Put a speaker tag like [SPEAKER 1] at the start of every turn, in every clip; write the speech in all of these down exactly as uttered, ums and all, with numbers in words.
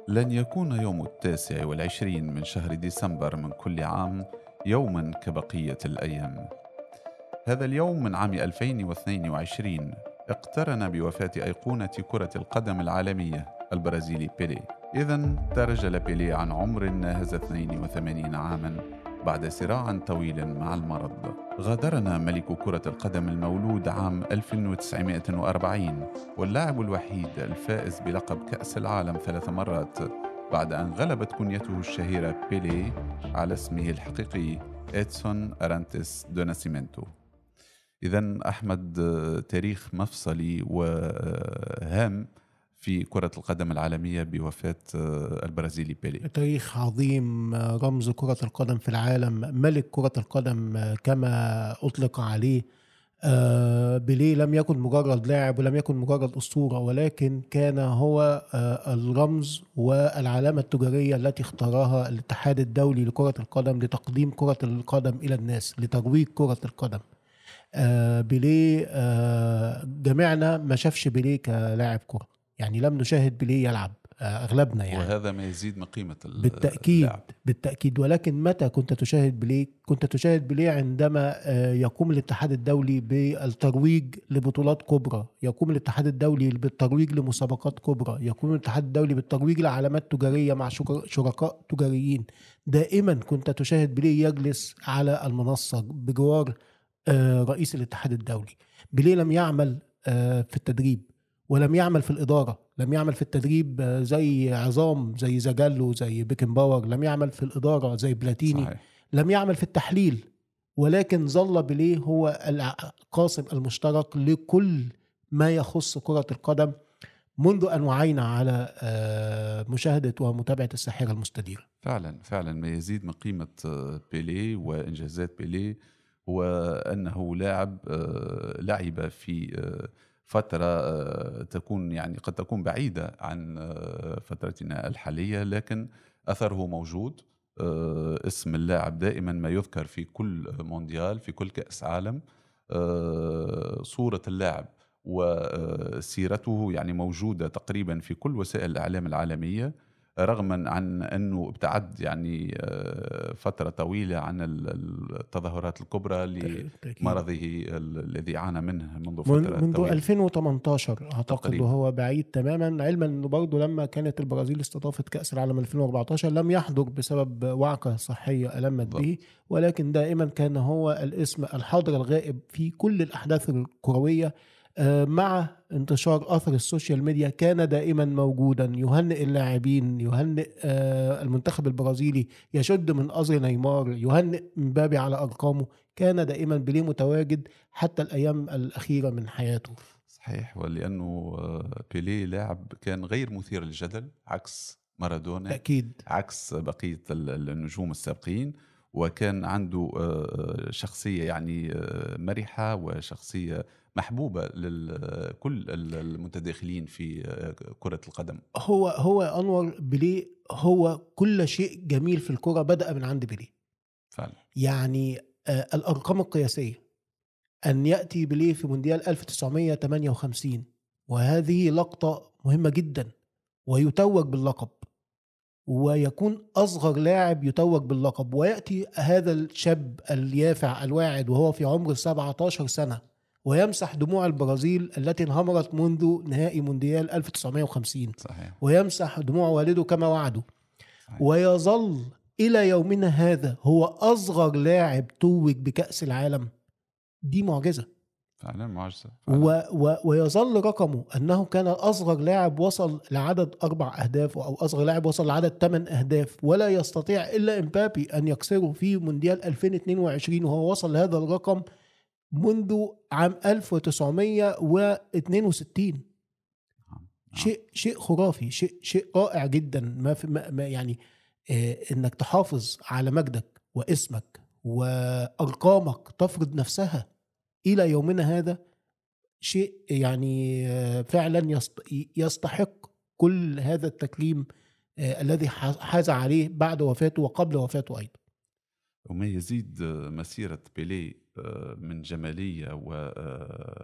[SPEAKER 1] لن يكون يوم التاسع والعشرين من شهر ديسمبر من كل عام يوما كبقية الأيام. هذا اليوم من عام ألفين واثنين وعشرين اقترن بوفاة أيقونة كرة القدم العالمية البرازيلي بيلي. إذن ترجل بيلي عن عمر ناهز اثنين وثمانين عاما بعد صراع طويل مع المرض. غادرنا ملك كرة القدم المولود عام ألف وتسعمائة وأربعين واللاعب الوحيد الفائز بلقب كأس العالم ثلاث مرات بعد أن غلبت كنيته الشهيرة بيلي على اسمه الحقيقي إدسون أرانتيس دو ناسيمنتو. إذن أحمد، تاريخ مفصلي وهام في كرة القدم العالمية بوفاة البرازيلي بيلي.
[SPEAKER 2] تاريخ عظيم، رمز كرة القدم في العالم، ملك كرة القدم كما أطلق عليه. بيليه لم يكن مجرد لاعب ولم يكن مجرد أسطورة، ولكن كان هو الرمز والعلامة التجارية التي اختارها الاتحاد الدولي لكرة القدم لتقديم كرة القدم إلى الناس، لترويج كرة القدم. بيليه جميعنا ما شافش بيليه كلاعب كرة، يعني لم نشاهد بيليه يلعب أغلبنا يعني،
[SPEAKER 1] وهذا ما يزيد من قيمة
[SPEAKER 2] بالتأكيد
[SPEAKER 1] اللاعب.
[SPEAKER 2] بالتأكيد. ولكن متى كنت تشاهد بيليه؟ كنت تشاهد بيليه عندما يقوم الاتحاد الدولي بالترويج لبطولات كبرى، يقوم الاتحاد الدولي بالترويج لمسابقات كبرى، يقوم الاتحاد الدولي بالترويج لعلامات تجارية مع شركاء تجاريين. دائما كنت تشاهد بيليه يجلس على المنصة بجوار رئيس الاتحاد الدولي. بيليه لم يعمل في التدريب ولم يعمل في الإدارة، لم يعمل في التدريب زي عظام زي زاجالو زي بيكن باور، لم يعمل في الإدارة زي بلاتيني. صحيح. لم يعمل في التحليل، ولكن ظل بيليه هو القاسم المشترك لكل ما يخص كرة القدم منذ أن وعينا على مشاهدة ومتابعة الساحرة المستديرة.
[SPEAKER 1] فعلا فعلا ما يزيد من قيمة بيليه وإنجازات بيليه هو أنه لاعب لعب في فترة تكون يعني قد تكون بعيدة عن فترتنا الحالية، لكن أثره موجود. اسم اللاعب دائما ما يذكر في كل مونديال، في كل كأس عالم. صورة اللاعب وسيرته يعني موجودة تقريبا في كل وسائل الإعلام العالمية، رغما عن أنه ابتعد يعني فترة طويلة عن التظاهرات الكبرى لمرضه الذي عانى منه منذ فترة
[SPEAKER 2] منذ
[SPEAKER 1] طويلة.
[SPEAKER 2] ألفين وثمانية عشر أعتقد، وهو بعيد تماما، علما أنه برضو لما كانت البرازيل استضافت كأس العالم ألفين وأربعة عشر لم يحضر بسبب وعكة صحية ألمت به، ولكن دائما كان هو الاسم الحاضر الغائب في كل الأحداث الكروية. مع انتشار أثر السوشيال ميديا كان دائما موجودا، يهنئ اللاعبين، يهنئ المنتخب البرازيلي، يشد من أزر نيمار، يهنئ مبابي على أرقامه. كان دائما بيليه متواجد حتى الأيام الأخيرة من حياته.
[SPEAKER 1] صحيح، ولأنه بيليه لاعب كان غير مثير للجدل عكس مارادونا،
[SPEAKER 2] أكيد.
[SPEAKER 1] عكس بقية النجوم السابقين، وكان عنده شخصية يعني مرحة وشخصية محبوبة لكل المتداخلين في كرة القدم.
[SPEAKER 2] هو هو أنور بيليه هو كل شيء جميل في الكرة بدأ من عند بيليه
[SPEAKER 1] فعلا.
[SPEAKER 2] يعني آه الأرقام القياسية، أن يأتي بيليه في مونديال ألف وتسعمائة وثمانية وخمسين وهذه لقطة مهمة جدا، ويتوج باللقب ويكون أصغر لاعب يتوج باللقب، ويأتي هذا الشاب اليافع الواعد وهو في عمر سبعة عشر سنة ويمسح دموع البرازيل التي انهمرت منذ نهائي مونديال ألف وتسعمائة وخمسين.
[SPEAKER 1] صحيح.
[SPEAKER 2] ويمسح دموع والده كما وعده.
[SPEAKER 1] صحيح.
[SPEAKER 2] ويظل إلى يومنا هذا هو أصغر لاعب توج بكأس العالم. دي معجزة
[SPEAKER 1] فعلا، معجزة.
[SPEAKER 2] و و ويظل رقمه أنه كان أصغر لاعب وصل لعدد أربع أهداف، أو أصغر لاعب وصل لعدد ثمان أهداف، ولا يستطيع إلا إمبابي أن يكسره في مونديال ألفين واثنين وعشرين، وهو وصل لهذا الرقم منذ عام ألف وتسعمائة واثنين وستين. شيء شيء خرافي، شيء شيء رائع جدا. ما في ما ما يعني آه إنك تحافظ على مجدك واسمك وأرقامك تفرض نفسها إلى يومنا هذا، شيء يعني فعلا يستحق كل هذا التكريم الذي حاز عليه بعد وفاته وقبل وفاته أيضا.
[SPEAKER 1] وما يزيد مسيرة بيليه من جمالية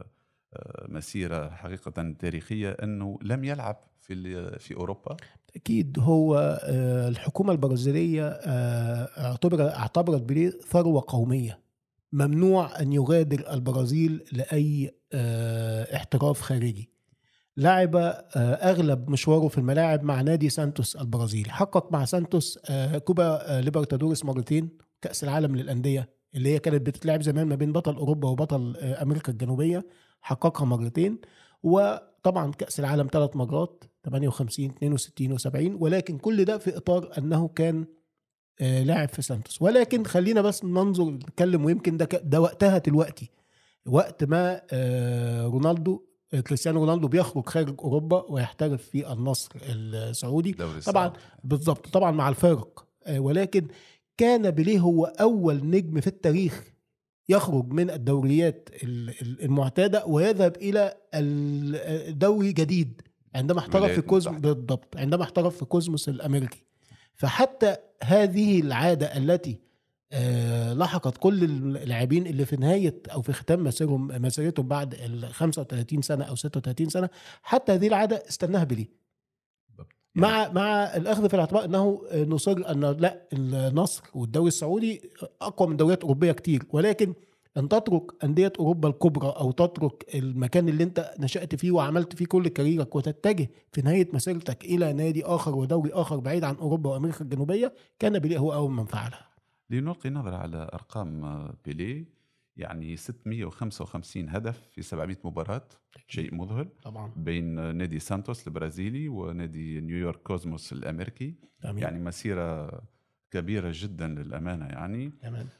[SPEAKER 1] مسيرة حقيقة تاريخية أنه لم يلعب في في أوروبا.
[SPEAKER 2] أكيد هو الحكومة البرازيلية اعتبر اعتبرت بيليه ثروة قومية، ممنوع أن يغادر البرازيل لأي احتراف خارجي. لعب أغلب مشواره في الملاعب مع نادي سانتوس البرازيلي، حقق مع سانتوس كوبا ليبرتادوريس مرتين، كأس العالم للأندية اللي هي كانت بتتلعب زمان ما بين بطل أوروبا وبطل أمريكا الجنوبية، حققها مرتين. وطبعا كأس العالم ثلاث مرات، ثمانية وخمسين اثنين وستين وسبعين، ولكن كل ده في إطار أنه كان لاعب في سانتوس. ولكن خلينا بس ننظر نتكلم، ويمكن ده ده وقتها دلوقتي وقت ما رونالدو كريستيانو رونالدو بيخرج خارج أوروبا ويحترف في النصر السعودي طبعا. بالضبط، طبعا مع الفارق، ولكن كان بيليه هو أول نجم في التاريخ يخرج من الدوريات المعتادة ويذهب إلى الدوري جديد عندما احترف في كوزموس. بالضبط، عندما احترف في كوزموس الأمريكي. فحتى هذه العادة التي آه لحقت كل اللاعبين اللي في نهاية أو في ختام مسيرهم مسيرتهم بعد ال خمسة وثلاثين سنة أو ستة وثلاثين سنة، حتى هذه العادة استناها بيليه، مع مع الأخذ في الاعتبار أنه نصر أن لا، النصر والدوري السعودي أقوى من دوريات أوروبية كتير، ولكن أن تترك أندية أوروبا الكبرى أو تترك المكان اللي أنت نشأت فيه وعملت فيه كل كاريرك وتتجه في نهاية مسيرتك إلى نادي آخر ودوري آخر بعيد عن أوروبا وأمريكا الجنوبية، كان بيليه هو أول من فعلها.
[SPEAKER 1] لنلقي نظرة على أرقام بيليه، يعني ستمائة وخمسة وخمسين هدف في سبعمائة مباراة، شيء مذهل طبعا، بين نادي سانتوس البرازيلي ونادي نيويورك كوزموس الأمريكي. أمين. يعني مسيرة كبيرة جدا للأمانة. يعني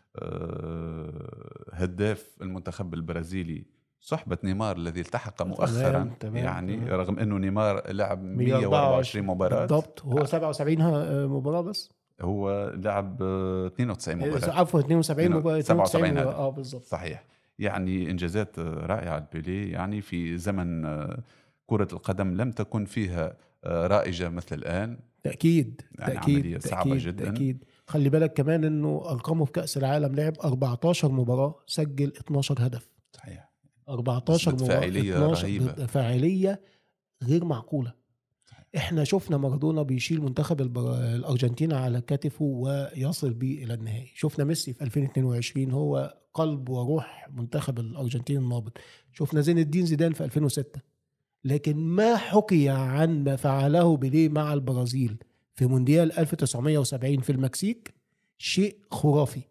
[SPEAKER 1] آه هداف المنتخب البرازيلي صحبة نيمار الذي التحق مؤخرا. تمام. تمام. يعني تمام. رغم أنه نيمار لعب مائة وأربعة وعشرين مباراة بالضبط،
[SPEAKER 2] هو سبعة وسبعين مباراة بس،
[SPEAKER 1] هو لعب اثنين وتسعين مباراة،
[SPEAKER 2] عفوا اثنين وسبعين مباراة،
[SPEAKER 1] سبعة وسبعين
[SPEAKER 2] اه بالضبط
[SPEAKER 1] صحيح. يعني إنجازات رائعة لبيليه، يعني في زمن كرة القدم لم تكن فيها رائجة مثل الآن.
[SPEAKER 2] تأكيد
[SPEAKER 1] يعني
[SPEAKER 2] تأكيد
[SPEAKER 1] عملية صعبة
[SPEAKER 2] تأكيد
[SPEAKER 1] جدا.
[SPEAKER 2] تأكيد. خلي بالك كمان أنه أرقامه في كأس العالم لعب أربعة عشر مباراة، سجل اثناشر هدف.
[SPEAKER 1] صحيح،
[SPEAKER 2] أربعة عشر مباراة،
[SPEAKER 1] فاعلية رهيبة،
[SPEAKER 2] فاعلية غير معقولة. احنا شفنا مارادونا بيشيل منتخب الأرجنتين على كتفه ويصل به إلى النهائي، شفنا ميسي في ألفين واثنين وعشرين هو قلب وروح منتخب الأرجنتين النابض، شفنا زين الدين زيدان في ألفين وستة. لكن ما حكي عن ما فعله بيليه مع البرازيل في مونديال ألف وتسعمائة وسبعين في المكسيك شيء خرافي،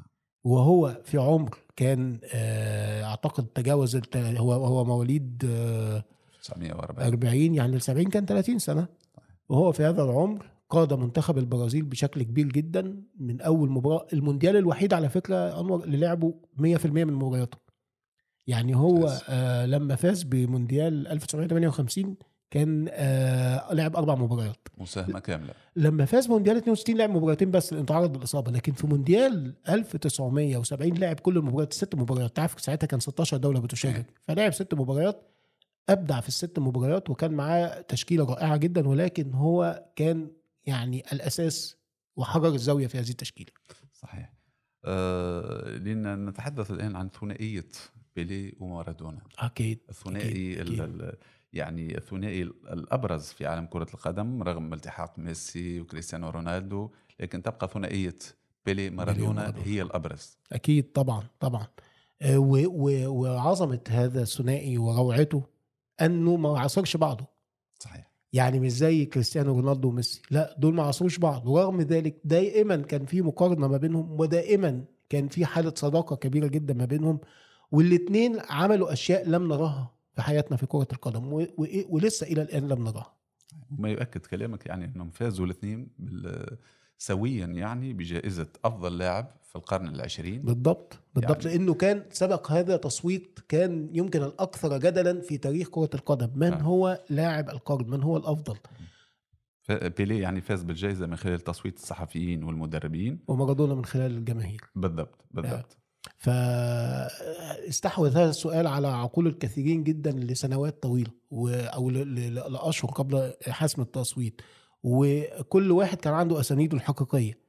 [SPEAKER 2] وهو في عمر كان اعتقد تجاوز، هو هو مواليد
[SPEAKER 1] تسعمائة وأربعين،
[SPEAKER 2] يعني السبعين كان ثلاثين سنة، وهو في هذا العمر قاد منتخب البرازيل بشكل كبير جدا من أول مباراة. المونديال الوحيد على فكرة أنور اللي لعبوا مية في المية من مبارياته، يعني هو آه لما فاز بمونديال ألف وتسعمائة وثمانية وخمسين كان آه لعب أربع مباريات
[SPEAKER 1] مساهمة كاملة.
[SPEAKER 2] لما فاز مونديال اثنين وستين لعب مباراتين بس لأنه تعرض للإصابة، لكن في مونديال ألف وتسعمائة وسبعين لعب كل المباريات، ست مباريات. تعرف ساعتها كان ستة عشر دولة بتشارك، فلعب ست مباريات، أبدع في الست مباريات، وكان معاه تشكيلة رائعة جدا، ولكن هو كان يعني الأساس وحجر الزاوية في هذه التشكيلة.
[SPEAKER 1] صحيح. أه لأن نتحدث الآن عن ثنائية بيليه ومارادونا.
[SPEAKER 2] أكيد.
[SPEAKER 1] الثنائي أكيد. أكيد. يعني الثنائي الأبرز في عالم كرة القدم رغم التحاق ميسي وكريستيانو رونالدو، لكن تبقى ثنائية بيليه مارادونا هي الأبرز.
[SPEAKER 2] أكيد طبعا طبعا. أه وعظمة هذا الثنائي وروعته أنه ما عصرش بعضه.
[SPEAKER 1] صحيح.
[SPEAKER 2] يعني مش زي كريستيانو رونالدو وميسي، لا دول ما عصروش بعض، ورغم ذلك دائما كان في مقارنة ما بينهم، ودائما كان في حالة صداقة كبيرة جدا ما بينهم، والاثنين عملوا أشياء لم نراها في حياتنا في كرة القدم، و... و... ولسه إلى الآن لم نراها.
[SPEAKER 1] ما يؤكد كلامك يعني أنهم فازوا الاثنين بال... سويا يعني بجائزة أفضل لاعب في القرن العشرين.
[SPEAKER 2] بالضبط بالضبط، يعني لأنه كان سبق هذا تصويت كان يمكن الأكثر جدلا في تاريخ كرة القدم، من آه. هو لاعب القرن، من هو الأفضل.
[SPEAKER 1] بيليه يعني فاز بالجائزة من خلال تصويت الصحفيين والمدربين،
[SPEAKER 2] ومارادونا من خلال الجماهير.
[SPEAKER 1] بالضبط بالضبط.
[SPEAKER 2] فاستحوذ هذا السؤال على عقول الكثيرين جدا لسنوات طويلة أو لأشهر قبل حسم التصويت، وكل واحد كان عنده أسانيده الحقيقية،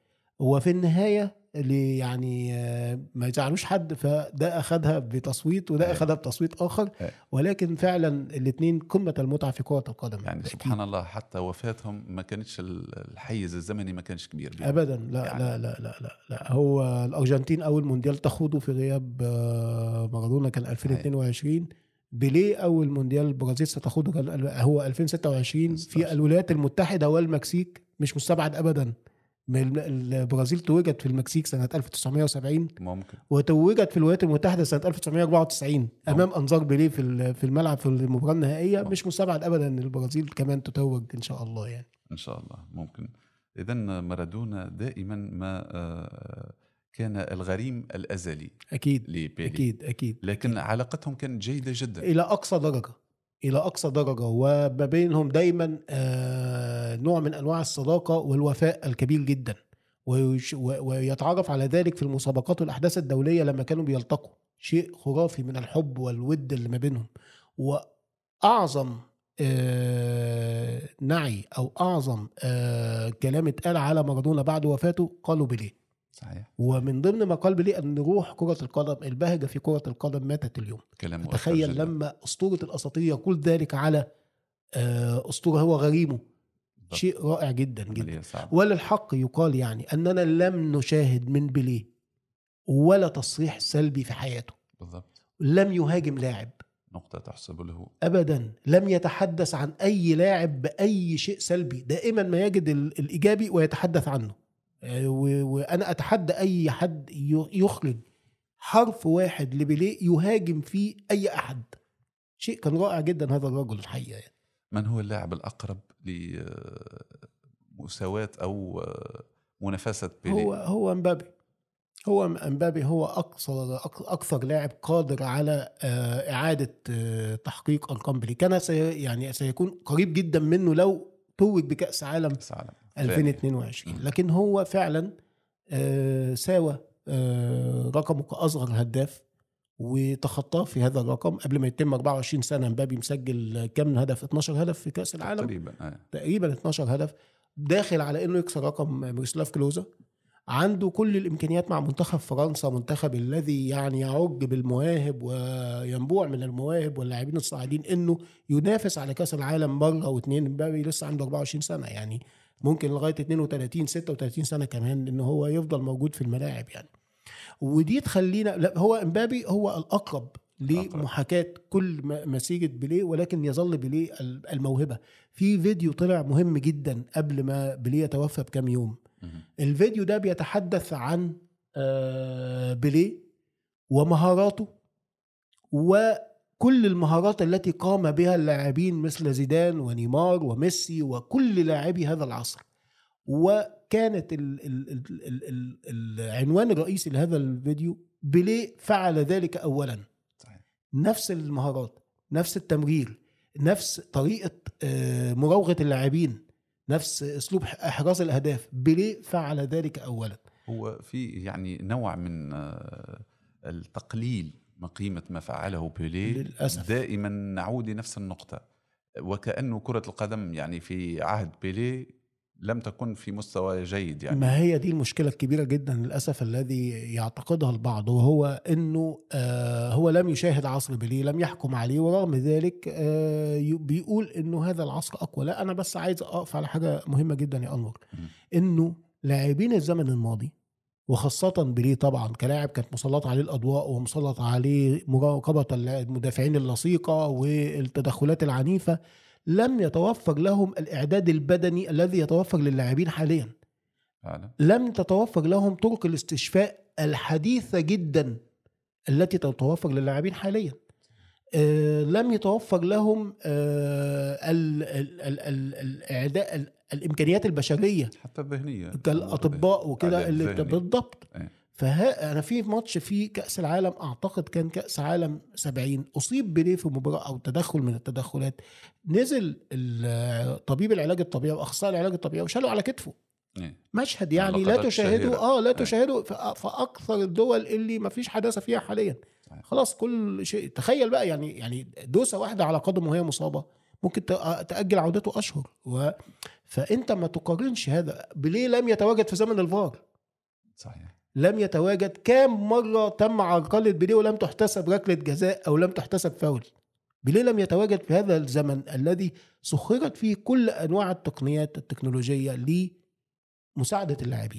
[SPEAKER 2] هو في النهايه اللي يعني آه، ما يزعلوش حد، فده اخذها بتصويت وده
[SPEAKER 1] أيوة.
[SPEAKER 2] اخذها بتصويت اخر.
[SPEAKER 1] أيوة.
[SPEAKER 2] ولكن فعلا الاثنين قمه المتعه في كره القدم
[SPEAKER 1] يعني سبحان الله حتى وفاتهم ما كانتش الحيز الزمني ما كانش كبير بيهم.
[SPEAKER 2] ابدا. لا
[SPEAKER 1] يعني
[SPEAKER 2] لا لا لا لا, لا. هو الارجنتين اول مونديال تخوضه في غياب آه، مارادونا كان ألفين واثنين وعشرين. بيليه اول مونديال البرازيل ستخوضه كان هو ألفين وستة وعشرين في الولايات المتحده والمكسيك. مش مستبعد ابدا من البرازيل توجت في المكسيك سنه ألف وتسعمائة وسبعين
[SPEAKER 1] ممكن،
[SPEAKER 2] وتوجت في الولايات المتحده سنه ألف وتسعمائة وأربعة وتسعين امام انظار بيليه في في الملعب في المباراه النهائيه.
[SPEAKER 1] ممكن.
[SPEAKER 2] مش مستبعد ابدا ان البرازيل كمان تتوج ان شاء الله يعني.
[SPEAKER 1] ان شاء الله ممكن. اذا مارادونا دائما ما آه، كان الغريم الازلي
[SPEAKER 2] اكيد
[SPEAKER 1] لبيلي.
[SPEAKER 2] اكيد اكيد
[SPEAKER 1] لكن
[SPEAKER 2] أكيد.
[SPEAKER 1] علاقتهم كانت جيده جدا
[SPEAKER 2] الى اقصى درجه الى اقصى درجه وما بينهم دايما آه نوع من انواع الصداقه والوفاء الكبير جدا. ويش- و- ويتعرف على ذلك في المسابقات والاحداث الدوليه لما كانوا بيلتقوا. شيء خرافي من الحب والود اللي ما بينهم. واعظم آه نعي او اعظم آه كلام اتقال على مارادونا بعد وفاته قالوا بليه.
[SPEAKER 1] صحيح.
[SPEAKER 2] ومن ضمن ما قال بليه ان روح كره القدم البهجه في كره القدم ماتت اليوم.
[SPEAKER 1] كلام مؤثر
[SPEAKER 2] تخيل
[SPEAKER 1] جدا.
[SPEAKER 2] لما أسطورة الأساطير يقول ذلك على آه، أسطورة هو غريمه.
[SPEAKER 1] بالضبط.
[SPEAKER 2] شيء رائع جدا جدا.
[SPEAKER 1] عملية صعبة.
[SPEAKER 2] وللحق يقال يعني أننا لم نشاهد من بيليه ولا تصريح سلبي في حياته.
[SPEAKER 1] بالضبط.
[SPEAKER 2] لم يهاجم لاعب
[SPEAKER 1] نقطة تحسب له.
[SPEAKER 2] أبدا. لم يتحدث عن أي لاعب بأي شيء سلبي. دائما ما يجد ال- الإيجابي ويتحدث عنه. آه، و- وأنا أتحدى أي حد ي- يخرج حرف واحد لبيليه يهاجم فيه أي أحد. شيء كان رائع جدا هذا الرجل الحقيقة يعني.
[SPEAKER 1] من هو اللاعب الأقرب لمساواة أو منافسة بيليه؟
[SPEAKER 2] هو هو امبابي. هو امبابي هو اكثر اكثر لاعب قادر على آه، اعاده آه، تحقيق ارقام بيليه. كان سي يعني سيكون قريب جدا منه لو توج بكاس عالم
[SPEAKER 1] كأس عالم
[SPEAKER 2] ألفين واثنين وعشرين. لكن هو فعلا آه، ساوى آه، رقمه كاصغر هداف وتخطاه في هذا الرقم قبل ما يتم أربعة وعشرين سنه. امبابي مسجل كم هدف؟ اثناشر هدف في كاس العالم
[SPEAKER 1] تقريبا. آه.
[SPEAKER 2] تقريبا اثناشر هدف. داخل على انه يكسر رقم ميروسلاف كلوزا. عنده كل الامكانيات مع منتخب فرنسا، منتخب الذي يعني يعج بالمواهب وينبوع من المواهب واللاعبين الصاعدين انه ينافس على كاس العالم مره واثنين. امبابي لسه عنده أربعة وعشرين سنه يعني ممكن لغايه اثنين وثلاثين ستة وثلاثين سنه كمان ان هو يفضل موجود في الملاعب يعني. ودي تخلينا لا هو امبابي هو الاقرب لمحاكاة كل مسيرة بيليه. ولكن يظل بيليه الموهبة. في فيديو طلع مهم جدا قبل ما بيليه يتوفى بكم يوم. الفيديو ده بيتحدث عن بيليه ومهاراته وكل المهارات التي قام بها اللاعبين مثل زيدان ونيمار وميسي وكل لاعبي هذا العصر. وكانت ال ال ال ال ال العنوان الرئيسي لهذا الفيديو بيليه فعل ذلك أولا. نفس المهارات، نفس التمرير، نفس طريقة مراوغة اللاعبين، نفس اسلوب احراز الاهداف. بيليه فعل ذلك اولا.
[SPEAKER 1] هو في يعني نوع من التقليل من قيمه ما فعله بيليه للأسف. دائما نعود لنفس النقطه وكأنه كره القدم يعني في عهد بيليه لم تكن في مستوى جيد يعني.
[SPEAKER 2] ما هي دي المشكلة الكبيرة جدا للأسف الذي يعتقدها البعض، وهو أنه آه هو لم يشاهد عصر بيليه، لم يحكم عليه، ورغم ذلك آه بيقول أنه هذا العصر أقوى. لا، أنا بس عايز أقف على حاجة مهمة جدا يا أنور. أنه لاعبين الزمن الماضي وخاصة بيليه طبعا كلاعب كانت مسلط عليه الأضواء ومسلط عليه مراقبة المدافعين اللصيقة والتدخلات العنيفة، لم يتوفر لهم الإعداد البدني الذي يتوفر للاعبين حاليا.
[SPEAKER 1] فعلا.
[SPEAKER 2] لم تتوفر لهم طرق الاستشفاء الحديثة جدا التي تتوفر للاعبين حاليا. آه لم يتوفر لهم آه ال ال ال ال الإعداء ال الإمكانيات البشرية
[SPEAKER 1] حتى الذهنية
[SPEAKER 2] كالأطباء وكده اللي بالضبط. فها أنا في ماتش في كأس العالم أعتقد كان كأس عالم سبعين أصيب بيليه في مباراة أو تدخل من التدخلات، نزل طبيب العلاج الطبيعي وأخصائي العلاج الطبيعي وشالوا على كتفه.
[SPEAKER 1] إيه.
[SPEAKER 2] مشهد يعني لا تشاهده آه لا تشاهده في أكثر الدول اللي ما فيش حداثة فيها حاليا. خلاص كل شيء. تخيل بقى يعني يعني دوسة واحدة على قدم وهي مصابة ممكن تأجل عودته أشهر. و... فأنت ما تقارنش هذا. بيليه لم يتواجد في زمن الفار.
[SPEAKER 1] صحيح.
[SPEAKER 2] لم يتواجد. كام مرة تم عرقلة بيليه ولم تحتسب ركلة جزاء أو لم تحتسب فاول؟ بيليه لم يتواجد في هذا الزمن الذي سخرت فيه كل أنواع التقنيات التكنولوجية لمساعدة اللاعبين.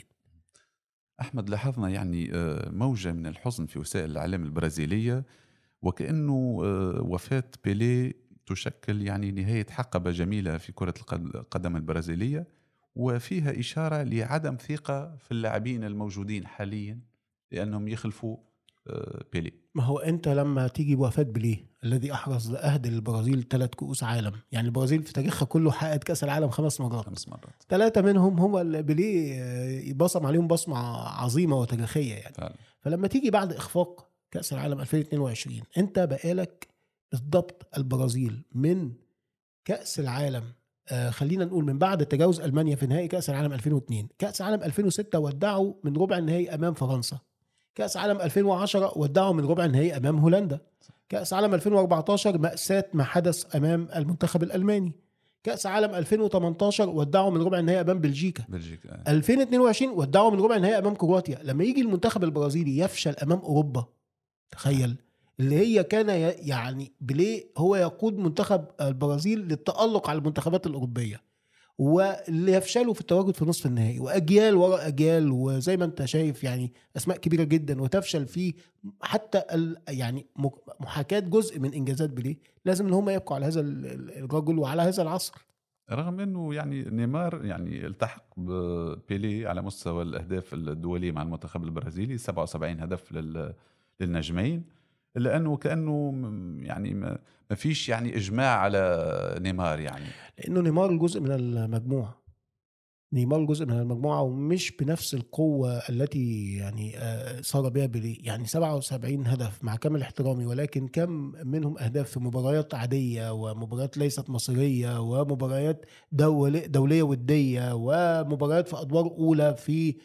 [SPEAKER 1] أحمد، لاحظنا يعني موجة من الحزن في وسائل الإعلام البرازيلية، وكأنه وفاة بيليه تشكل يعني نهاية حقبة جميلة في كرة القدم البرازيلية، وفيها إشارة لعدم ثقة في اللاعبين الموجودين حاليا لأنهم يخلفوا بيليه.
[SPEAKER 2] ما هو أنت لما تيجي بوفاة بيليه الذي أحرز أهدى البرازيل ثلاث كؤوس عالم، يعني البرازيل في تاريخها كله حققت كأس العالم خمس مرات
[SPEAKER 1] خمس مرات
[SPEAKER 2] ثلاثة منهم هم اللي بيليه يبصم عليهم بصمة عظيمة وتاريخية يعني. فعلا. فلما تيجي بعد إخفاق كأس العالم ألفين واثنين وعشرين أنت بقالك بالضبط البرازيل من كأس العالم آه خلينا نقول من بعد تجاوز ألمانيا في نهائي كأس العالم ألفين واثنين، كأس العالم ألفين وستة ودعوا من ربع النهائي أمام فرنسا، كأس عالم ألفين وعشرة ودعوا من ربع النهائي أمام هولندا، كأس عالم ألفين وأربعتاشر مأساة ما حدث أمام المنتخب الألماني، كأس عالم ألفين وثمانية عشر ودعوا من ربع النهائي أمام بلجيكا، بلجيكا ألفين واثنين وعشرين ودعوا من ربع النهائي أمام كرواتيا. لما يجي المنتخب البرازيلي يفشل أمام أوروبا، تخيل اللي هي كان يعني بيليه هو يقود منتخب البرازيل للتألق على المنتخبات الأوروبية، واللي يفشلوا في التواجد في نصف النهائي، وأجيال وراء أجيال، وزي ما أنت شايف يعني أسماء كبيرة جدا، وتفشل فيه حتى يعني محاكاة جزء من إنجازات بيليه. لازم إن هم يبقوا على هذا الرجل وعلى هذا العصر،
[SPEAKER 1] رغم أنه يعني نيمار يعني التحق ببيليه على مستوى الأهداف الدولية مع المنتخب البرازيلي سبعة وسبعين هدف للنجمين، إلا أنه كأنه يعني ما فيش يعني إجماع على نيمار، يعني
[SPEAKER 2] لأنه نيمار جزء من المجموعة، نيمار جزء من المجموعة ومش بنفس القوة التي يعني صار بها بيليه. يعني سبعة وسبعين هدف مع كامل احترامي، ولكن كم منهم أهداف في مباريات عادية ومباريات ليست مصيرية ومباريات دولية, دولية ودية ومباريات في أدوار أولى في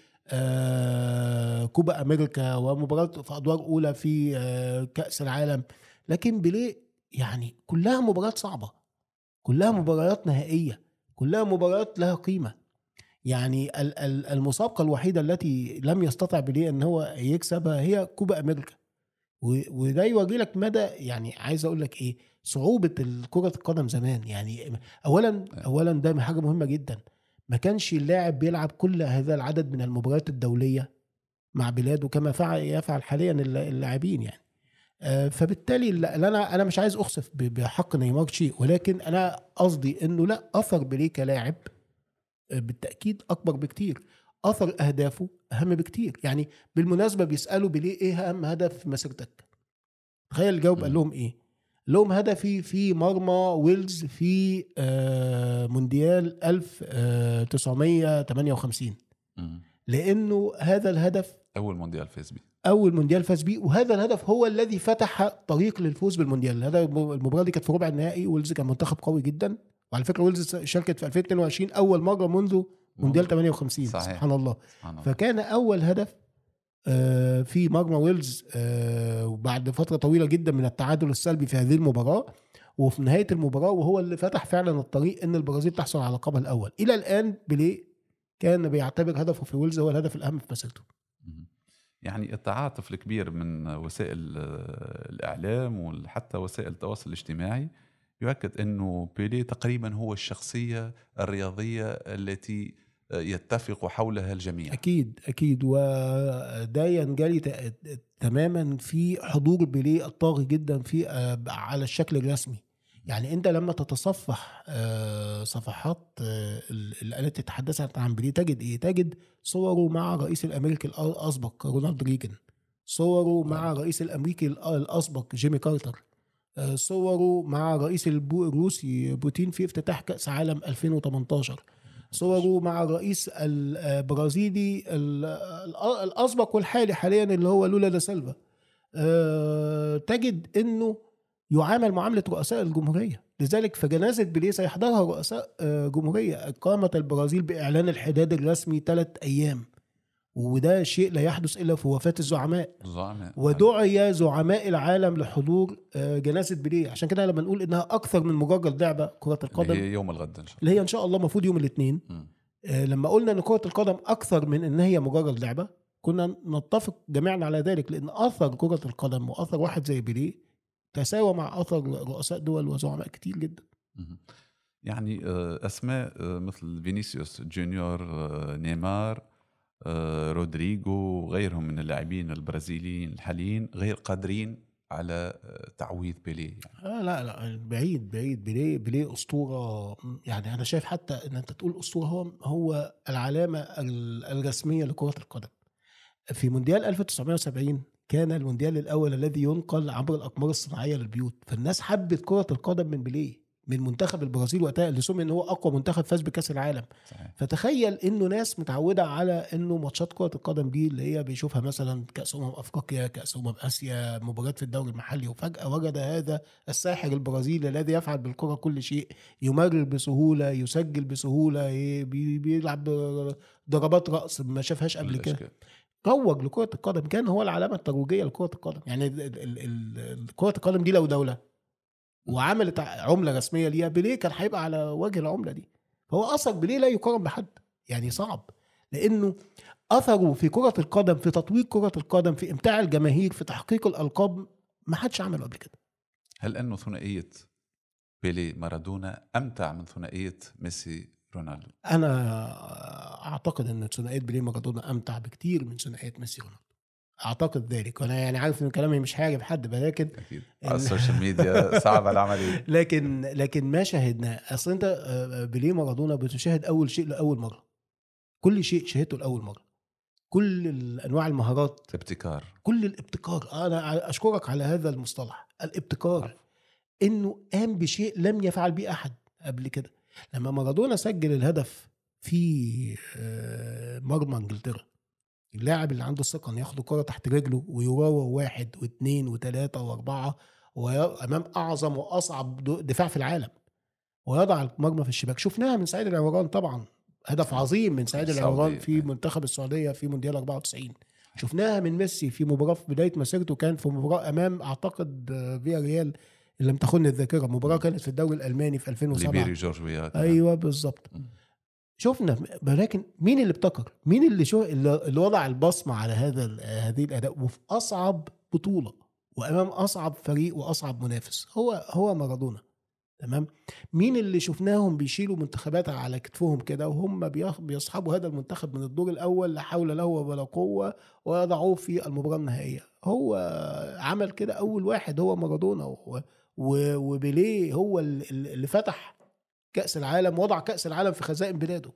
[SPEAKER 2] كوبا أمريكا ومباريات في أدوار أولى في كأس العالم. لكن بيليه يعني كلها مباريات صعبة، كلها مباريات نهائية، كلها مباريات لها قيمة. يعني المسابقة الوحيدة التي لم يستطع بيليه ان هو يكسبها هي كوبا امريكا، وده يوري لك مدى يعني عايز اقول لك ايه صعوبة كرة القدم زمان. يعني اولا اولا ده حاجة مهمة جدا، ما كانش اللاعب بيلعب كل هذا العدد من المباريات الدولية مع بلاده كما فعل يفعل حاليا اللاعبين يعني. فبالتالي انا انا مش عايز اخسف بحق نيمار شيء، ولكن انا قصدي انه لا، اثر بيليه كلاعب بالتأكيد أكبر بكتير، أثر أهدافه أهم بكتير. يعني بالمناسبة بيسألوا بيليه إيه أهم هدف في مسيرتك؟ تخيل الجواب قال لهم إيه؟ لهم هدفي في مرمى ويلز في مونديال ألف وتسعمية وتمانية وخمسين، لأنه هذا الهدف
[SPEAKER 1] أول مونديال فاز بيه
[SPEAKER 2] أول مونديال فاز بيه وهذا الهدف هو الذي فتح طريق للفوز بالمونديال. هذا المباراة دي كانت في ربع النهائي، ويلز كان منتخب قوي جدا، وعلى فكرة ويلز شاركت في ألفين واثنين وعشرين أول مرة منذ مونديال ثمانية وخمسين. صحيح. سبحان الله. سبحان الله. فكان أول هدف في مرمى ويلز وبعد فترة طويلة جدا من التعادل السلبي في هذه المباراة، وفي نهاية المباراة وهو اللي فتح فعلا الطريق أن البرازيل تحصل على لقبها الأول. إلى الآن بيليه كان بيعتبر هدفه في ويلز هو الهدف الأهم في مسيرته.
[SPEAKER 1] يعني التعاطف الكبير من وسائل الإعلام وحتى وسائل التواصل الاجتماعي يؤكد أنه بيليه تقريبا هو الشخصية الرياضية التي يتفق حولها الجميع.
[SPEAKER 2] أكيد أكيد، وده ينجلي تماما في حضور بيليه الطاغي جدا في على الشكل الرسمي. يعني أنت لما تتصفح صفحات التي تتحدث عن بيليه تجد إيه؟ تجد صوره مع رئيس الأمريكي الأسبق رونالد ريغان، صوره مع رئيس الأمريكي الأسبق جيمي كارتر، صوره مع رئيس الروسي بوتين في افتتاح كأس عالم ألفين وثمانية عشر، صوره مع الرئيس البرازيلي الأسبق والحالي حاليا اللي هو لولا دا سيلفا. تجد أنه يعامل معاملة رؤساء الجمهورية. لذلك فجنازة بيليه سيحضرها رؤساء جمهورية. قامت البرازيل بإعلان الحداد الرسمي ثلاث أيام، وده شيء لا يحدث إلا في وفاة الزعماء.
[SPEAKER 1] زعماء.
[SPEAKER 2] ودعي زعماء العالم لحضور جنازة بيليه. عشان كده لما نقول إنها أكثر من مجرد لعبة كرة القدم
[SPEAKER 1] اللي هي يوم الغد إن شاء الله،
[SPEAKER 2] اللي هي إن شاء الله مفروض يوم الاثنين. لما قلنا إن كرة القدم أكثر من إن هي مجرد لعبة، كنا نتفق جميعا على ذلك، لأن أثر كرة القدم وأثر واحد زي بيليه تساوى مع أثر رؤساء دول وزعماء كتير جدا.
[SPEAKER 1] يعني أسماء مثل فينيسيوس جونيور، نيمار، رودريجو وغيرهم من اللاعبين البرازيليين الحاليين غير قادرين على تعويض بيليه يعني.
[SPEAKER 2] آه لا لا بعيد بعيد بيليه بيليه أسطورة. يعني أنا شايف حتى إن أنت تقول أسطورة، هو هو العلامة الرسمية لكرة القدم. في مونديال ألف وتسعمائة وسبعين كان المونديال الأول الذي ينقل عبر الأقمار الصناعية للبيوت، فالناس حبت كرة القدم من بيليه، من منتخب البرازيل وقتها اللي سمي ان هو اقوى منتخب فاز بكاس العالم.
[SPEAKER 1] صحيح.
[SPEAKER 2] فتخيل انه ناس متعوده على انه ماتشات كره القدم دي اللي هي بيشوفها مثلا كاس امم افريقيا، كاس امم اسيا، مباريات في الدوري المحلي، وفجاه وجد هذا الساحر البرازيلي الذي يفعل بالكره كل شيء، يمرر بسهوله، يسجل بسهوله، بيلعب ضربات راس ما شافهاش قبل كده. روج لكره القدم، كان هو العلامه الترويجيه لكره القدم. يعني كره القدم دي لو دوله وعملت عمله رسميه ليها، بيليه كان هيبقى على وجه العمله دي. فهو اثر بيليه لا يقارن بحد، يعني صعب، لانه اثره في كره القدم، في تطوير كره القدم، في امتاع الجماهير، في تحقيق الالقاب، ما حدش عمله قبل كده.
[SPEAKER 1] هل انه ثنائيه بيليه مارادونا امتع من ثنائيه ميسي رونالدو؟
[SPEAKER 2] انا اعتقد ان ثنائيه بيليه مارادونا امتع بكتير من ثنائيه ميسي رونالدو، اعتقد ذلك. وانا يعني عارف ان كلامي مش هاجب حد، لكن
[SPEAKER 1] اكيد على السوشيال ميديا صعب العمليه.
[SPEAKER 2] لكن لكن ما شاهدناه، اصل انت بيليه مارادونا بتشاهد اول شيء لاول مره، كل شيء شاهدته لاول مره، كل انواع المهارات،
[SPEAKER 1] ابتكار،
[SPEAKER 2] كل الابتكار. انا اشكرك على هذا المصطلح، الابتكار، انه قام بشيء لم يفعل به احد قبل كده. لما مارادونا سجل الهدف في مرمى انجلترا، اللاعب اللي عنده الثقه ان ياخد الكره تحت رجله ويراوغ واحد واثنين وثلاثه واربعه وامام اعظم واصعب دفاع في العالم ويضع المرمى في الشباك. شفناها من سعيد العمران طبعا، هدف عظيم من سعيد العمران في منتخب السعوديه في مونديال أربعة وتسعين. شفناها من ميسي في مباراه في بدايه مسيرته، كان في مباراه امام اعتقد فيا ريال اللي لم تخن الذاكره، مباراه كانت في الدوري الالماني في ألفين وسبعة.
[SPEAKER 1] ليبيري جورجيا.
[SPEAKER 2] ايوه بالظبط. شفنا، ولكن مين اللي ابتكر؟ مين اللي شو اللي وضع البصمه على هذا هذه الاداء وفي اصعب بطوله وامام اصعب فريق واصعب منافس؟ هو هو مارادونا. تمام. مين اللي شفناهم بيشيلوا منتخبات على كتفهم كده وهم بيصحبوا هذا المنتخب من الدور الاول لا حول له ولا قوه ويضعوه في المباراه النهائيه؟ هو عمل كده اول واحد، هو مارادونا. وبيليه هو اللي فتح كأس العالم، وضع كأس العالم في خزائن بلاده.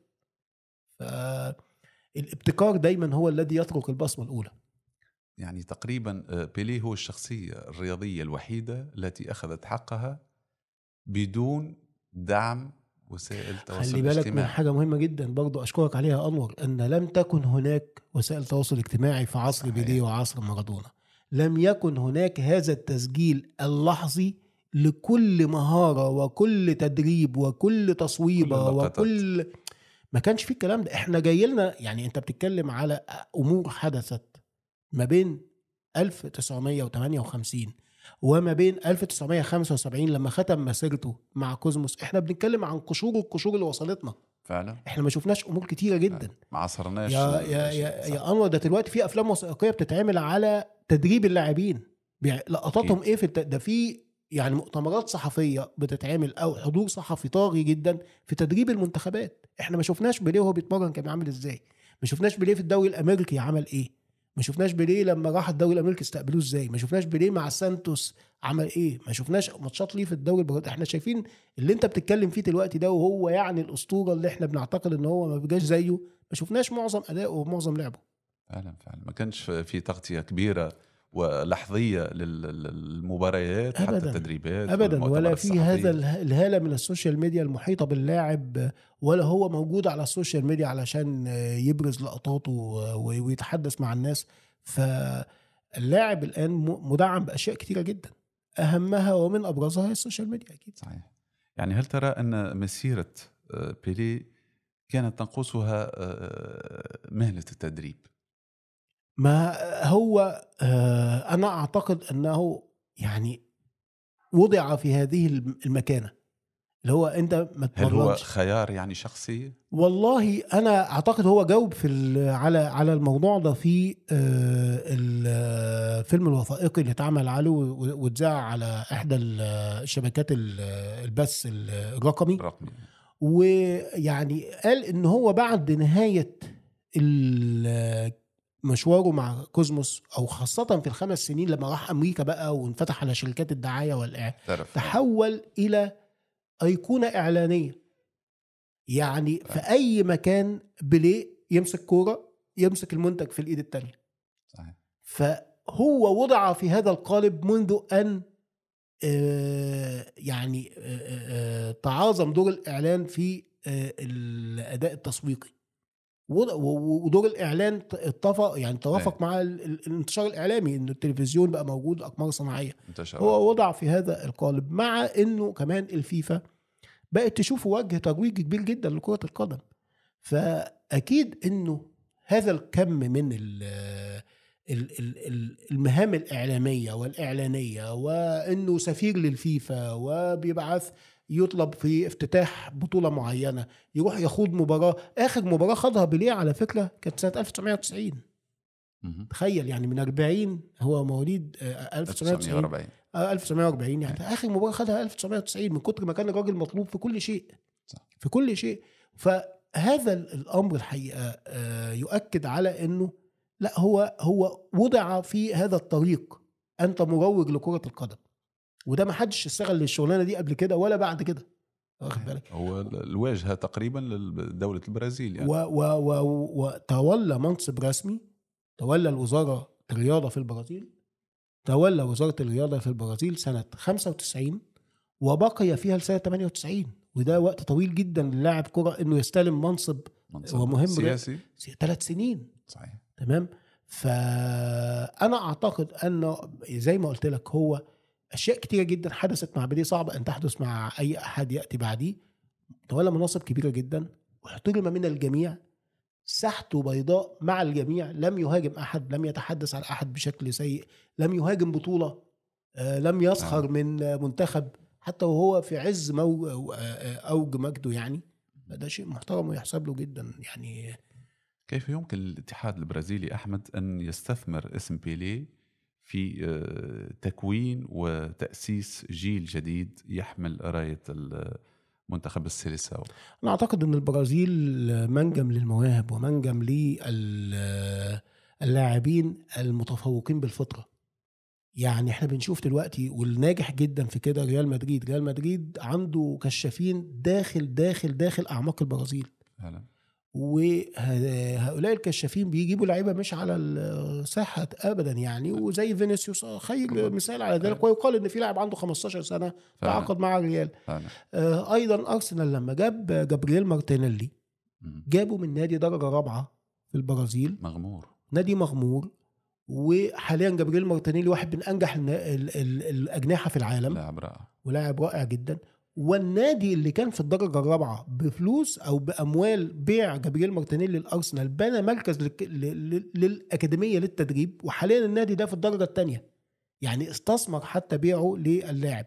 [SPEAKER 2] فالابتكار دايما هو الذي يترك البصمة الأولى.
[SPEAKER 1] يعني تقريبا بيليه هو الشخصية الرياضية الوحيدة التي أخذت حقها بدون دعم وسائل التواصل
[SPEAKER 2] خلي بالك
[SPEAKER 1] الاجتماعي.
[SPEAKER 2] من حاجة مهمة جدا برضو أشكرك عليها أنور، أن لم تكن هناك وسائل تواصل اجتماعي في عصر بيليه وعصر مارادونا. لم يكن هناك هذا التسجيل اللحظي لكل مهارة وكل تدريب وكل تصويبة وكل، ما كانش فيه الكلام ده. احنا جاي لنا، يعني انت بتتكلم على امور حدثت ما بين ألف وتسعمائة وثمانية وخمسين وما بين ألف وتسعمائة وخمسة وسبعين لما ختم مسيرته مع كوزموس. احنا بنتكلم عن قشور القشور اللي وصلتنا
[SPEAKER 1] فعلا.
[SPEAKER 2] احنا ما شفناش امور كتيره جدا،
[SPEAKER 1] ما عصرناش
[SPEAKER 2] يا يا يا, يا انور. ده دلوقتي في افلام وثائقيه بتتعمل على تدريب اللاعبين، لقطاتهم ايه في الت... ده في يعني مؤتمرات صحفيه بتتعمل او حضور صحفي طاغي جدا في تدريب المنتخبات. احنا ما شفناش بيليه وهو بيتمرن كان عامل ازاي، ما شفناش بيليه في الدوري الامريكي عمل ايه، ما شفناش بيليه لما راح الدوري الامريكي استقبلوه ازاي، ما شفناش بيليه مع سانتوس عمل ايه، ما شفناش ماتشات ليه في الدوري البرازيلي. احنا شايفين اللي انت بتتكلم فيه دلوقتي ده، وهو يعني الاسطوره اللي احنا بنعتقد ان هو ما بيجاش زيه، ما شفناش معظم ادائه ومعظم لعبه.
[SPEAKER 1] فعلا فعلا ما كانش في تغطيه كبيره ولحظيه للمباريات
[SPEAKER 2] أبداً
[SPEAKER 1] حتى التدريبات
[SPEAKER 2] ابدا، ولا في هذا الهاله من السوشيال ميديا المحيطه باللاعب، ولا هو موجود على السوشيال ميديا علشان يبرز لقطاته ويتحدث مع الناس. فاللاعب الان مدعم باشياء كتيره جدا، اهمها ومن ابرزها هي السوشيال ميديا. اكيد
[SPEAKER 1] صحيح. يعني هل ترى ان مسيره بيليه كانت تنقصها مهنه التدريب؟
[SPEAKER 2] ما هو أنا أعتقد أنه يعني وضع في هذه المكانة اللي هو انت ما
[SPEAKER 1] هل هو
[SPEAKER 2] تمرنش.
[SPEAKER 1] خيار يعني شخصي؟
[SPEAKER 2] والله انا اعتقد هو جاوب في ال- على على الموضوع ده في آه، الفيلم الوثائقي اللي اتعمل عليه و- واتذاع على احدى ال- الشبكات ال- البث الرقمي.
[SPEAKER 1] رقمي.
[SPEAKER 2] ويعني قال ان هو بعد نهاية ال- مشواره مع كوزموس، او خاصة في الخمس سنين لما راح امريكا بقى وانفتح على شركات الدعاية والاعلان،
[SPEAKER 1] تعرف
[SPEAKER 2] تحول الى ايقونة اعلانية. يعني في اي مكان بيليه يمسك كورة يمسك المنتج في الايد التانية.
[SPEAKER 1] صحيح.
[SPEAKER 2] فهو وضع في هذا القالب منذ ان آه، يعني آه، آه، تعاظم دور الإعلان في آه، الأداء التسويقي، وض- و- ودور الإعلان ت- اتفق يعني توافق
[SPEAKER 1] إيه.
[SPEAKER 2] مع ال- ال- الانتشار الإعلامي، إنه التلفزيون بقى موجود أقمار صناعية.
[SPEAKER 1] انتشرت.
[SPEAKER 2] هو وضع في هذا القالب، مع إنه كمان الفيفا بقت تشوفه وجه ترويج كبير جدا لكرة القدم. فأكيد إنه هذا الكم من ال ال- ال- ال- المهام الإعلامية والإعلانية، وإنه سفير للفيفا وبيبعث يطلب في افتتاح بطولة معينة، يروح يخوض مباراة. آخر مباراة خاضها بيليه على فكرة كانت سنة ألف وتسعمائة وتسعين.
[SPEAKER 1] مهم.
[SPEAKER 2] تخيل يعني من أربعين، هو مواليد آه، ألف وتسعمائة وتسعين،
[SPEAKER 1] ألف وتسعمائة وأربعين.
[SPEAKER 2] آه، ألف وتسعمائة وأربعين. يعني آخر مباراة خاضها ألف وتسعمائة وتسعين، من كتر ما كان الراجل مطلوب في كل شيء.
[SPEAKER 1] صح.
[SPEAKER 2] في كل شيء. فهذا الأمر الحقيقة آه، يؤكد على أنه لا، هو هو وضع في هذا الطريق. أنت مروج لكرة القدم، وده ما حدش اشتغل للشغلانة دي قبل كده ولا بعد كده، واخد بالك.
[SPEAKER 1] هو الواجهة تقريبا لدولة البرازيل يعني.
[SPEAKER 2] و و و وتولى منصب رسمي، تولى الوزارة الرياضة في البرازيل، تولى وزارة الرياضة في البرازيل سنة خمسة وتسعين، وبقي فيها لسنة ثمانية وتسعين. وده وقت طويل جدا للاعب كرة انه يستلم منصب,
[SPEAKER 1] منصب
[SPEAKER 2] ومهم
[SPEAKER 1] سياسي.
[SPEAKER 2] ثلاث سنين.
[SPEAKER 1] صحيح.
[SPEAKER 2] تمام. فأنا أعتقد أنه زي ما قلت لك، هو أشياء كتيرة جدا حدثت مع بيليه صعب أن تحدث مع أي أحد يأتي بعديه. تولى مناصب كبيرة جدا واحترم من الجميع، ساحته بيضاء مع الجميع، لم يهاجم أحد، لم يتحدث على أحد بشكل سيء، لم يهاجم بطولة، آه، لم يسخر من منتخب حتى وهو في عز مو أوج مجده. يعني ده شيء محترم ويحسب له جدا. يعني
[SPEAKER 1] كيف يمكن للاتحاد البرازيلي أحمد أن يستثمر اسم بيليه في آه، تكوين وتأسيس جيل جديد يحمل راية المنتخب السيليساو؟
[SPEAKER 2] أنا أعتقد أن البرازيل منجم للمواهب ومنجم للاعبين المتفوقين بالفطرة. يعني احنا بنشوف دلوقتي والناجح جدا في كده ريال مدريد. ريال مدريد عنده كشافين داخل داخل داخل أعماق البرازيل
[SPEAKER 1] فعلا.
[SPEAKER 2] وهؤلاء الكشافين بيجيبوا لعيبه مش على الساحه ابدا يعني. وزي فينيسيوس خير مثال على ذلك. ويقال ان في لاعب عنده خمستاشر سنه تعاقد مع الريال. آه ايضا ارسنال لما جاب جابرييل مارتينيلي جابه من نادي درجه رابعه في البرازيل،
[SPEAKER 1] مغمور،
[SPEAKER 2] نادي مغمور. وحاليا جابرييل مارتينيلي واحد من انجح ال ال ال الاجنحه في العالم،
[SPEAKER 1] لاعب رائع
[SPEAKER 2] ولاعب رائع جدا. والنادي اللي كان في الدرجه الرابعه بفلوس او باموال بيع جابرييل مارتينيلي للارسنال بنى مركز لك... ل... للاكاديميه للتدريب، وحاليا النادي ده في الدرجه الثانيه. يعني استثمر حتى بيعه للاعب.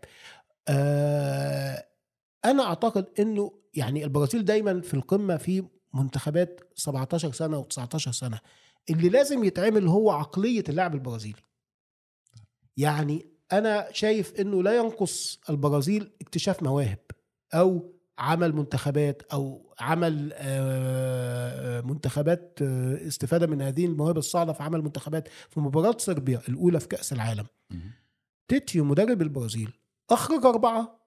[SPEAKER 2] آه انا اعتقد انه يعني البرازيل دايما في القمه في منتخبات سبعتاشر سنه وتسعتاشر سنه. اللي لازم يتعمل هو عقليه اللاعب البرازيلي. يعني أنا شايف أنه لا ينقص البرازيل اكتشاف مواهب أو عمل منتخبات أو عمل منتخبات استفادة من هذه المواهب الصاعدة في عمل منتخبات. في مباراة صربيا الأولى في كأس العالم، تيتيو مدرب البرازيل أخرج أربعة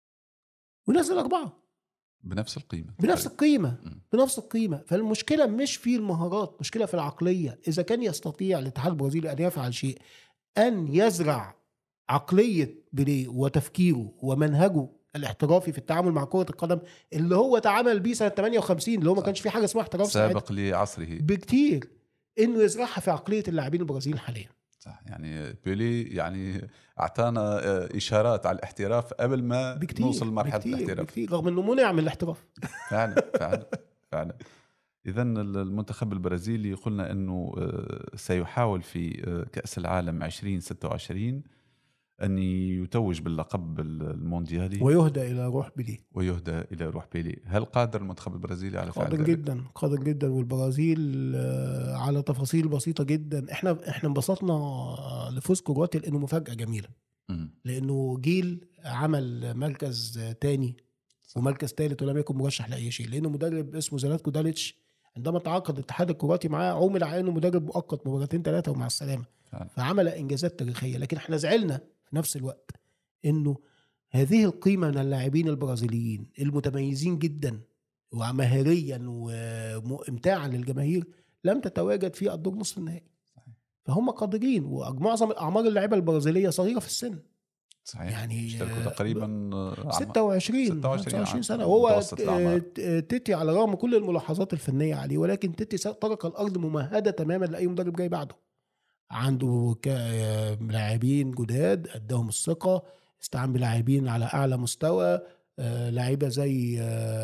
[SPEAKER 2] ونزل أربعة
[SPEAKER 1] بنفس القيمة
[SPEAKER 2] بنفس القيمة بنفس القيمة. فالمشكلة مش في المهارات، مشكلة في العقلية. إذا كان يستطيع الاتحاد البرازيلي أن يفعل شيء، أن يزرع عقلية بيليه وتفكيره ومنهجه الاحترافي في التعامل مع كرة القدم اللي هو تعامل بيه سنة ثمانية وخمسين، اللي هو ما كانش فيه حاجة اسمها احتراف
[SPEAKER 1] سابق لعصره
[SPEAKER 2] بكتير، إنه يزرعها في عقلية اللاعبين البرازيليين حاليا.
[SPEAKER 1] صح. يعني بيليه يعني أعطانا إشارات على الاحتراف قبل ما
[SPEAKER 2] بكتير
[SPEAKER 1] نوصل لمرحلة
[SPEAKER 2] بكتير
[SPEAKER 1] الاحتراف
[SPEAKER 2] بكتير، رغم إنه منع من الاحتراف.
[SPEAKER 1] فعلا فعلا فعلا. إذن المنتخب البرازيلي قلنا أنه سيحاول في كأس العالم عشرين ستة وعشرين أن يتوج باللقب المونديالي
[SPEAKER 2] ويهدى إلى روح بيليه
[SPEAKER 1] ويهدى إلى روح بيليه. هل قادر المنتخب البرازيلي على فعل
[SPEAKER 2] قادر
[SPEAKER 1] ذلك؟
[SPEAKER 2] جدا قادر جدا والبرازيل على تفاصيل بسيطة جدا. احنا احنا انبسطنا لفوز كرواتيا لأنه مفاجأة جميلة،
[SPEAKER 1] م-
[SPEAKER 2] لأنه جيل عمل مركز تاني ومركز ثالث ولم يكن مرشح لأي شيء، لأنه مدرب اسمه زلاتكو داليتش عندما تعاقد الاتحاد الكرواتي معاه عمل على انه مدرب مؤقت مباراتين ثلاثه ومع السلامه،
[SPEAKER 1] فعلا.
[SPEAKER 2] فعمل انجازات تاريخيه. لكن احنا زعلنا في نفس الوقت انه هذه القيمه من اللاعبين البرازيليين المتميزين جدا ومهاريا وامتاعا للجماهير لم تتواجد في الدور نصف النهائي. فهم قادرين، ومعظم الاعمار اللاعيبه البرازيليه صغيره في السن.
[SPEAKER 1] صحيح.
[SPEAKER 2] يعني
[SPEAKER 1] اشتركوا تقريبا
[SPEAKER 2] ستة وعشرين
[SPEAKER 1] ستة وعشرين
[SPEAKER 2] سنة. وهو تيتي على رغم كل الملاحظات الفنية عليه، ولكن تيتي ترك الأرض ممهدة تماما لأي مدرب جاي بعده. عنده لاعبين جداد أداهم الثقة، استعان بلاعبين على أعلى مستوى، لاعيبة زي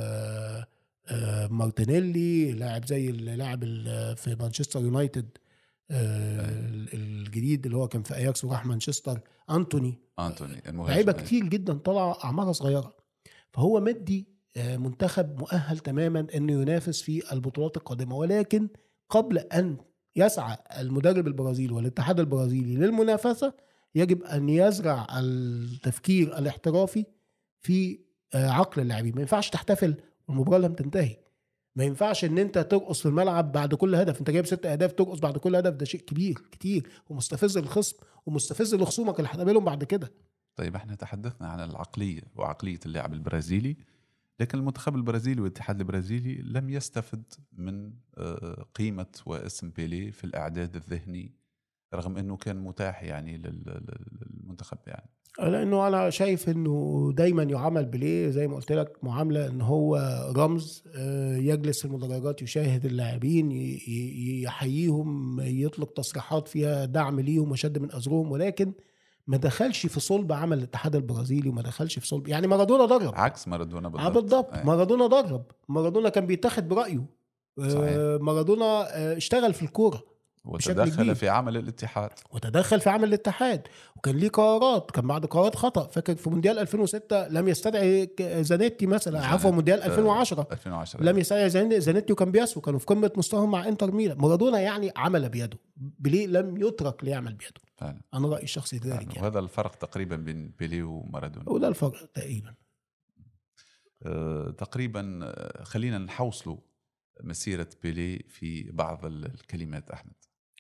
[SPEAKER 2] مارتينيلي، لاعب زي اللاعب في مانشستر يونايتد الجديد اللي هو كان في اياكس وراح مانشستر، انتوني
[SPEAKER 1] انتوني
[SPEAKER 2] لعيبه كتير جدا طلع اعمارها صغيره. فهو مدي منتخب مؤهل تماما انه ينافس في البطولات القادمه. ولكن قبل ان يسعى المدرب البرازيلي والاتحاد البرازيلي للمنافسه يجب ان يزرع التفكير الاحترافي في عقل اللاعبين. ما ينفعش تحتفل والمباراه لم تنتهي، ما ينفعش ان انت ترقص في الملعب بعد كل هدف، انت جايب ست اهداف ترقص بعد كل هدف، ده شيء كبير كتير ومستفز للخصم ومستفز لخصومك اللي هتقابلهم بعد كده.
[SPEAKER 1] طيب احنا تحدثنا عن العقلية وعقلية اللاعب البرازيلي، لكن المنتخب البرازيلي والاتحاد البرازيلي لم يستفد من قيمة واسم بيليه في الإعداد الذهني رغم أنه كان متاح يعني للمنتخب. يعني
[SPEAKER 2] لأنه أنا شايف أنه دايما يعامل بيليه زي ما قلت لك معاملة أنه هو رمز، يجلس في المدرجات يشاهد اللاعبين يحييهم، يطلق تصريحات فيها دعم ليهم وشد من أزرهم، ولكن ما دخلش في صلب عمل الاتحاد البرازيلي وما دخلش في صلب. يعني مارادونا درب
[SPEAKER 1] عكس مارادونا بالضبط.
[SPEAKER 2] آه بالضبط. مارادونا درب، مارادونا كان بيتاخد برأيه. صحيح. مارادونا اشتغل في الكورة
[SPEAKER 1] وتدخل في عمل الاتحاد
[SPEAKER 2] وتدخل في عمل الاتحاد وكان ليه قرارات، كان بعد قرارات خطأ. فاكر في مونديال ألفين وستة لم يستدعي زانيتي مثلا، عفوا مونديال ألفين وعشرة لم يستدعي زانيتي وكامبياسو، كانوا في قمة مستواهم مع انتر ميلان. مارادونا يعني عمل بيده، بيليه لم يترك ليعمل بيده فعلا. انا رأيي الشخصي ذلك يعني.
[SPEAKER 1] وهذا الفرق تقريبا بين بيليه ومارادونا،
[SPEAKER 2] وده الفرق تقريبا.
[SPEAKER 1] أه تقريبا. خلينا نحوصلوا مسيرة بيليه في بعض الكلمات. أحمد،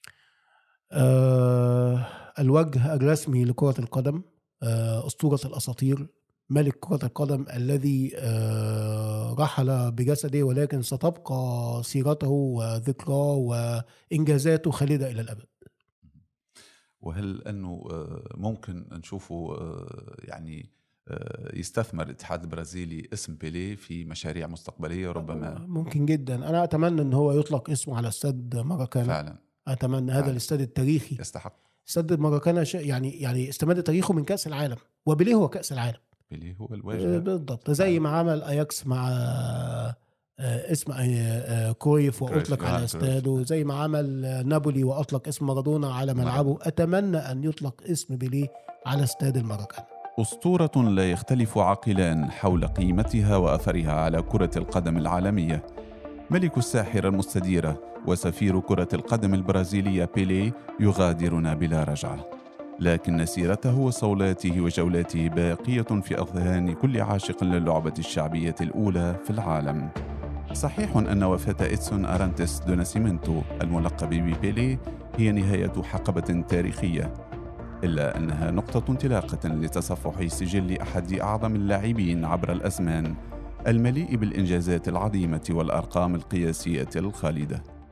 [SPEAKER 2] أه الوجه الرسمي لكرة القدم، أه أسطورة الأساطير، ملك كرة القدم الذي أه رحل بجسده، ولكن ستبقى سيرته وذكراه وإنجازاته خالدة إلى الأبد.
[SPEAKER 1] وهل أنه ممكن نشوفه يعني يستثمر الاتحاد البرازيلي اسم بيليه في مشاريع مستقبلية؟ ربما
[SPEAKER 2] ممكن جدا. أنا أتمنى أن هو يطلق اسمه على استاد ماراكانا فعلا. أتمنى هذا الاستاد التاريخي
[SPEAKER 1] يستحق.
[SPEAKER 2] استاد ماراكانا يعني يعني استمد تاريخه من كأس العالم، وبيليه هو كأس العالم.
[SPEAKER 1] بيليه هو الواجهة
[SPEAKER 2] بالضبط، زي ما عمل أياكس مع اسم كرويف وأطلق على استاده، زي ما عمل نابولي وأطلق اسم مارادونا على ملعبه. أتمنى أن يطلق اسم بيليه على استاد الماراكانا.
[SPEAKER 1] أسطورة لا يختلف عاقلان حول قيمتها وأثرها على كرة القدم العالمية. ملك الساحرة المستديرة وسفير كرة القدم البرازيلية بيليه يغادرنا بلا رجعة، لكن سيرته وصولاته وجولاته باقية في أذهان كل عاشق للعبة الشعبية الأولى في العالم. صحيح أن وفاة إدسون أرانتيس دو ناسيمنتو الملقب ببيليه هي نهاية حقبة تاريخية، إلا أنها نقطة انطلاقة لتصفح سجل أحد أعظم اللاعبين عبر الأزمان، المليء بالإنجازات العظيمة والأرقام القياسية الخالدة.